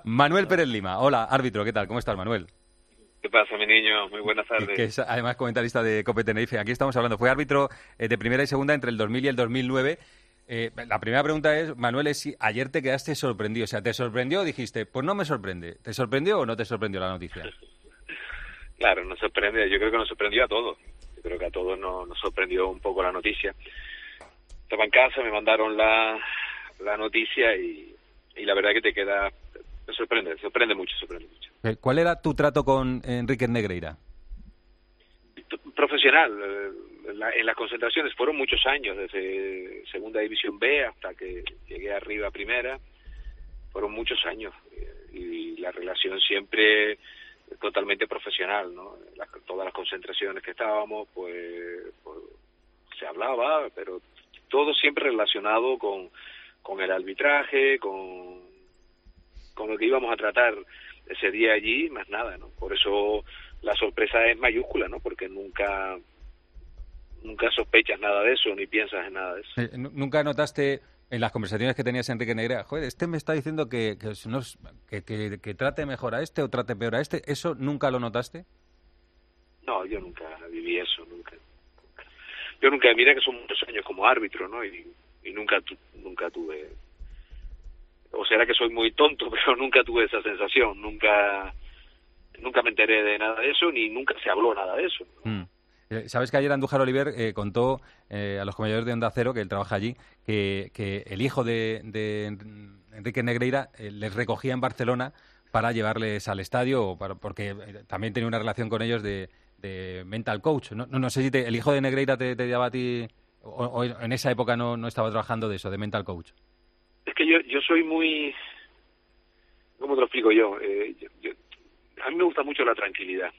Manuel Pérez Lima. Hola, árbitro, ¿qué tal? ¿Cómo estás, Manuel? ¿Qué pasa, mi niño? Muy buenas tardes. Que es además comentarista de COPE Tenerife. Aquí estamos hablando. Fue árbitro de primera y segunda entre el 2000 y el 2009. La primera pregunta es, Manuel, es si ayer te quedaste sorprendido. O sea, ¿te sorprendió o dijiste, pues no me sorprende? ¿Te sorprendió o no te sorprendió la noticia? Claro, nos sorprende. Yo creo que nos sorprendió a todos. Yo creo que a todos nos sorprendió un poco la noticia. Estaba en casa, me mandaron la noticia y la verdad que te sorprende mucho. ¿Cuál era tu trato con Enríquez Negreira? Profesional. En las concentraciones fueron muchos años, desde Segunda División B hasta que llegué arriba a Primera. Fueron muchos años y la relación siempre totalmente profesional, ¿no? Todas las concentraciones que estábamos, pues se hablaba, pero todo siempre relacionado con el arbitraje, con lo que íbamos a tratar ese día allí, más nada, ¿no? Por eso la sorpresa es mayúscula, ¿no? Porque nunca sospechas nada de eso, ni piensas en nada de eso. ¿Nunca notaste en las conversaciones que tenías Enrique Negreira, joder, este me está diciendo que trate mejor a este o trate peor a este? ¿Eso nunca lo notaste? No, yo nunca viví eso, nunca. Yo nunca, mira que son muchos años como árbitro, ¿no? Y nunca tuve... O será que soy muy tonto, pero nunca tuve esa sensación, nunca me enteré de nada de eso, ni nunca se habló nada de eso, ¿no? Sabes que ayer Andújar Oliver contó a los compañeros de Onda Cero, que él trabaja allí, que el hijo de Enrique Negreira les recogía en Barcelona para llevarles al estadio, porque también tenía una relación con ellos de mental coach. No sé si el hijo de Negreira te llevaba a ti, o en esa época no estaba trabajando de eso, de mental coach. Es que yo soy muy... ¿Cómo te lo explico yo? A mí me gusta mucho la tranquilidad.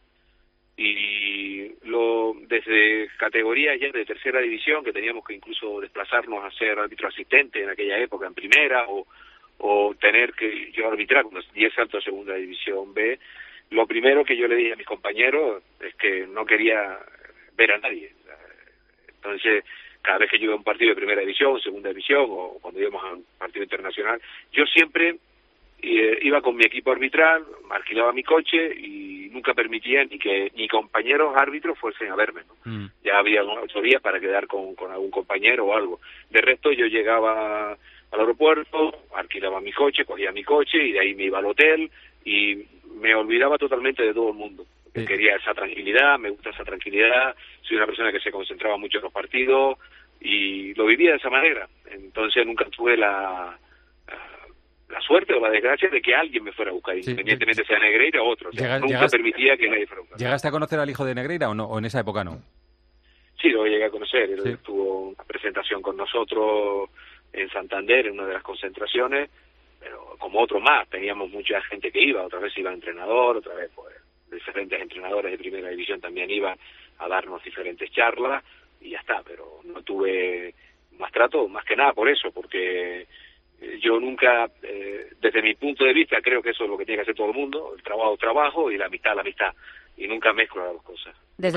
Y desde categorías ya de tercera división, que teníamos que incluso desplazarnos a ser árbitro asistente en aquella época en primera, o tener que yo arbitrar cuando di el salto a segunda división B, lo primero que yo le dije a mis compañeros es que no quería ver a nadie. Entonces, cada vez que yo iba a un partido de primera división, segunda división, o cuando íbamos a un partido internacional, yo siempre iba con mi equipo arbitral, alquilaba mi coche y nunca permitía ni que ni compañeros árbitros fuesen a verme, ¿no? Ya había 8 días para quedar con algún compañero o algo. De resto yo llegaba al aeropuerto, alquilaba mi coche, cogía mi coche y de ahí me iba al hotel y me olvidaba totalmente de todo el mundo. Quería esa tranquilidad, me gusta esa tranquilidad, soy una persona que se concentraba mucho en los partidos y lo vivía de esa manera. Entonces nunca tuve la suerte o la desgracia de que alguien me fuera a buscar, independientemente sea Negreira o otro. O sea, nunca permitía que nadie fuera a buscar. ¿Llegaste a conocer al hijo de Negreira o no? ¿O en esa época no? Sí, lo llegué a conocer. Él tuvo una presentación con nosotros en Santander, en una de las concentraciones, pero como otros más, teníamos mucha gente que iba. Otra vez iba entrenador, otra vez pues diferentes entrenadores de primera división también iban a darnos diferentes charlas y ya está. Pero no tuve más trato, más que nada por eso, porque... Yo nunca, desde mi punto de vista, creo que eso es lo que tiene que hacer todo el mundo, el trabajo y la amistad, y nunca mezclo las dos cosas.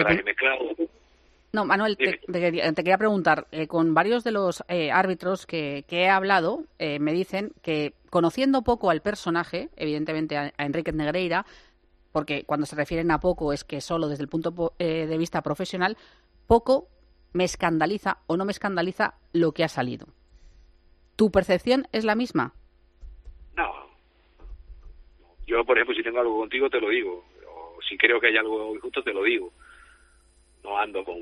No, Manuel, te quería preguntar, con varios de los árbitros que he hablado, me dicen que conociendo poco al personaje, evidentemente a Enríquez Negreira, porque cuando se refieren a poco es que solo desde el punto de vista profesional, poco me escandaliza o no me escandaliza lo que ha salido. ¿Tu percepción es la misma? No. Yo, por ejemplo, si tengo algo contigo, te lo digo. O si creo que hay algo injusto, te lo digo. No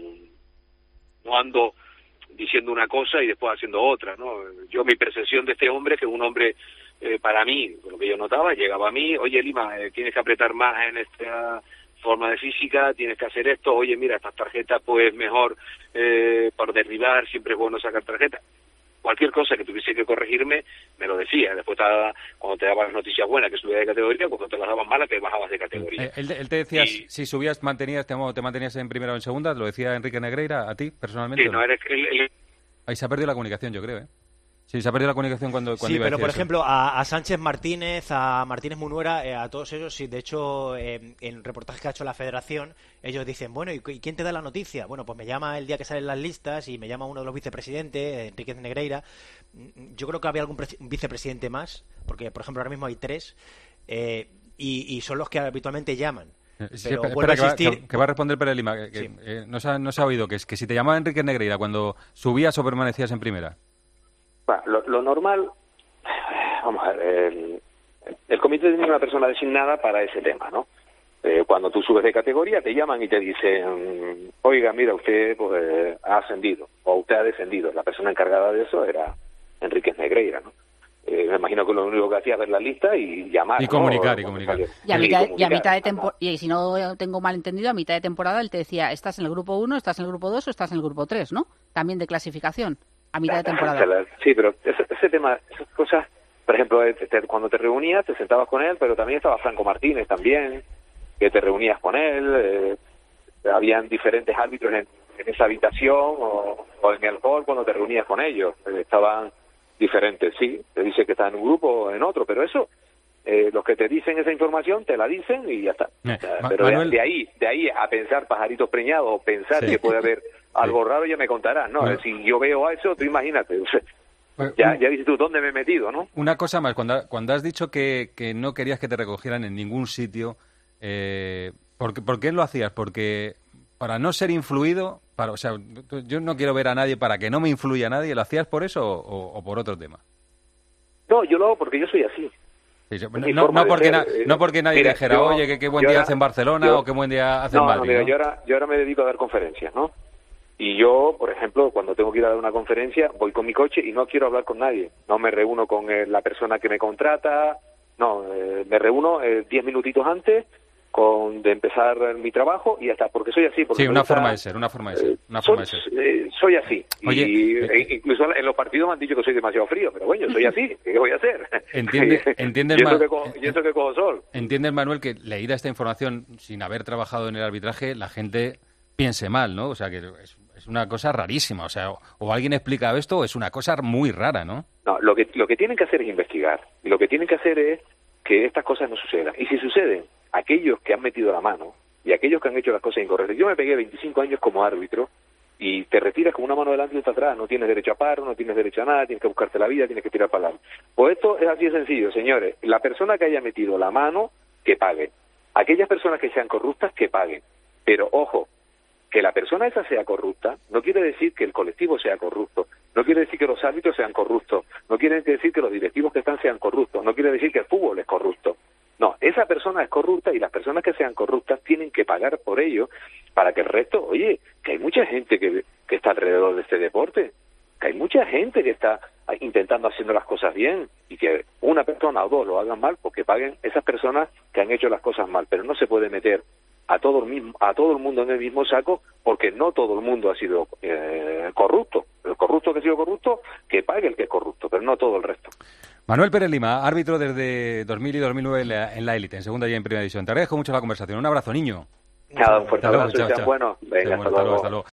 ando diciendo una cosa y después haciendo otra, ¿no? Yo, mi percepción de este hombre, que es un hombre, para mí, por lo que yo notaba, llegaba a mí, oye, Lima, tienes que apretar más en esta forma de física, tienes que hacer esto, oye, mira, estas tarjetas, pues mejor por derribar, siempre es bueno sacar tarjetas. Cualquier cosa que tuviese que corregirme, me lo decía. Después, cuando te daban las noticias buenas, que subías de categoría, cuando te las daban malas, te bajabas de categoría. Él te decía, si subías, te mantenías en primera o en segunda, ¿lo decía Enrique Negreira a ti, personalmente? Sí, no, Ahí se ha perdido la comunicación, yo creo, ¿eh? Sí, se ha perdido la comunicación cuando Sí, iba a pero decir por eso. ejemplo, a Sánchez Martínez, a Martínez Munuera, a todos ellos, sí, de hecho, en reportajes que ha hecho la Federación, ellos dicen, bueno, ¿y quién te da la noticia? Bueno, pues me llama el día que salen las listas y me llama uno de los vicepresidentes, Enríquez Negreira. Yo creo que había algún vicepresidente más, porque, por ejemplo, ahora mismo hay 3, y son los que habitualmente llaman. Sí, Pero espera, vuelvo a insistir... que va a responder Pere Lima. Sí. No se ha oído que si te llamaba Enrique Negreira cuando subías o permanecías en primera. Bueno, lo normal, vamos a ver, el comité tiene una persona designada para ese tema, ¿no? Cuando tú subes de categoría te llaman y te dicen, oiga, mira, usted pues, ha ascendido o usted ha descendido. La persona encargada de eso era Enríquez Negreira, ¿no? Me imagino que lo único que hacía es ver la lista y llamar. Y comunicar, ¿no? y comunicar. Y a mitad de temporada, y si no tengo mal entendido, a mitad de temporada él te decía, ¿estás en el grupo 1, estás en el grupo 2 o estás en el grupo 3, ¿no? También de clasificación, a mitad de temporada. Sí, pero ese tema, esas cosas, por ejemplo, cuando te reunías, te sentabas con él, pero también estaba Franco Martínez también, que te reunías con él, habían diferentes árbitros en esa habitación o en el hall cuando te reunías con ellos, estaban diferentes, sí, te dice que está en un grupo o en otro, pero eso, los que te dicen esa información te la dicen y ya está. Pero Manuel... de ahí a pensar pajaritos preñados o pensar que puede haber algo raro, ya me contarás, ¿no? Bueno. Si yo veo a eso, tú imagínate, ya dices tú, ¿dónde me he metido, no? Una cosa más, cuando has dicho que no querías que te recogieran en ningún sitio, ¿por qué lo hacías? Porque para no ser influido, o sea, yo no quiero ver a nadie para que no me influya nadie, ¿lo hacías por eso o por otro tema? No, yo lo hago porque yo soy así. Sí, no porque nadie mira, dijera, oye, qué buen día hace en Barcelona o qué buen día hace en Madrid. Mira, ¿no? yo ahora me dedico a dar conferencias, ¿no? Y yo, por ejemplo, cuando tengo que ir a dar una conferencia, voy con mi coche y no quiero hablar con nadie. No me reúno con la persona que me contrata, no, me reúno 10 minutitos antes de empezar mi trabajo y ya está, porque soy así. Porque sí, una forma de ser. Soy así. Oye, incluso en los partidos me han dicho que soy demasiado frío, pero bueno, soy así, ¿qué voy a hacer? ¿Entiendes, y eso que cojo sol. ¿Entiendes, Manuel, que leída esta información sin haber trabajado en el arbitraje, la gente piense mal, ¿no? O sea, que es una cosa rarísima, o sea, o alguien explica esto o es una cosa muy rara, ¿no? No, lo que tienen que hacer es investigar, y lo que tienen que hacer es que estas cosas no sucedan, y si suceden, aquellos que han metido la mano y aquellos que han hecho las cosas incorrectas. Yo me pegué 25 años como árbitro y te retiras con una mano delante y otra atrás, no tienes derecho a paro, no tienes derecho a nada, tienes que buscarte la vida, tienes que tirar para adelante. Pues esto es así de sencillo, señores, la persona que haya metido la mano, que pague. Aquellas personas que sean corruptas, que paguen. Pero ojo, que la persona esa sea corrupta no quiere decir que el colectivo sea corrupto, no quiere decir que los árbitros sean corruptos, no quiere decir que los directivos que están sean corruptos, no quiere decir que el fútbol es corrupto. No, esa persona es corrupta y las personas que sean corruptas tienen que pagar por ello para que el resto, oye, que hay mucha gente que está alrededor de este deporte, que hay mucha gente que está intentando haciendo las cosas bien y que una persona o dos lo hagan mal, porque paguen esas personas que han hecho las cosas mal, pero no se puede meter a todo el mundo en el mismo saco, porque no todo el mundo ha sido corrupto. El corrupto que ha sido corrupto, que pague el que es corrupto, pero no todo el resto. Manuel Pérez Lima, árbitro desde 2000 y 2009 en la élite, en segunda y en primera división. Te agradezco mucho la conversación. Un abrazo, niño. Nada, un fuerte abrazo y chao. sean buenos. Venga, hasta luego. Hasta luego.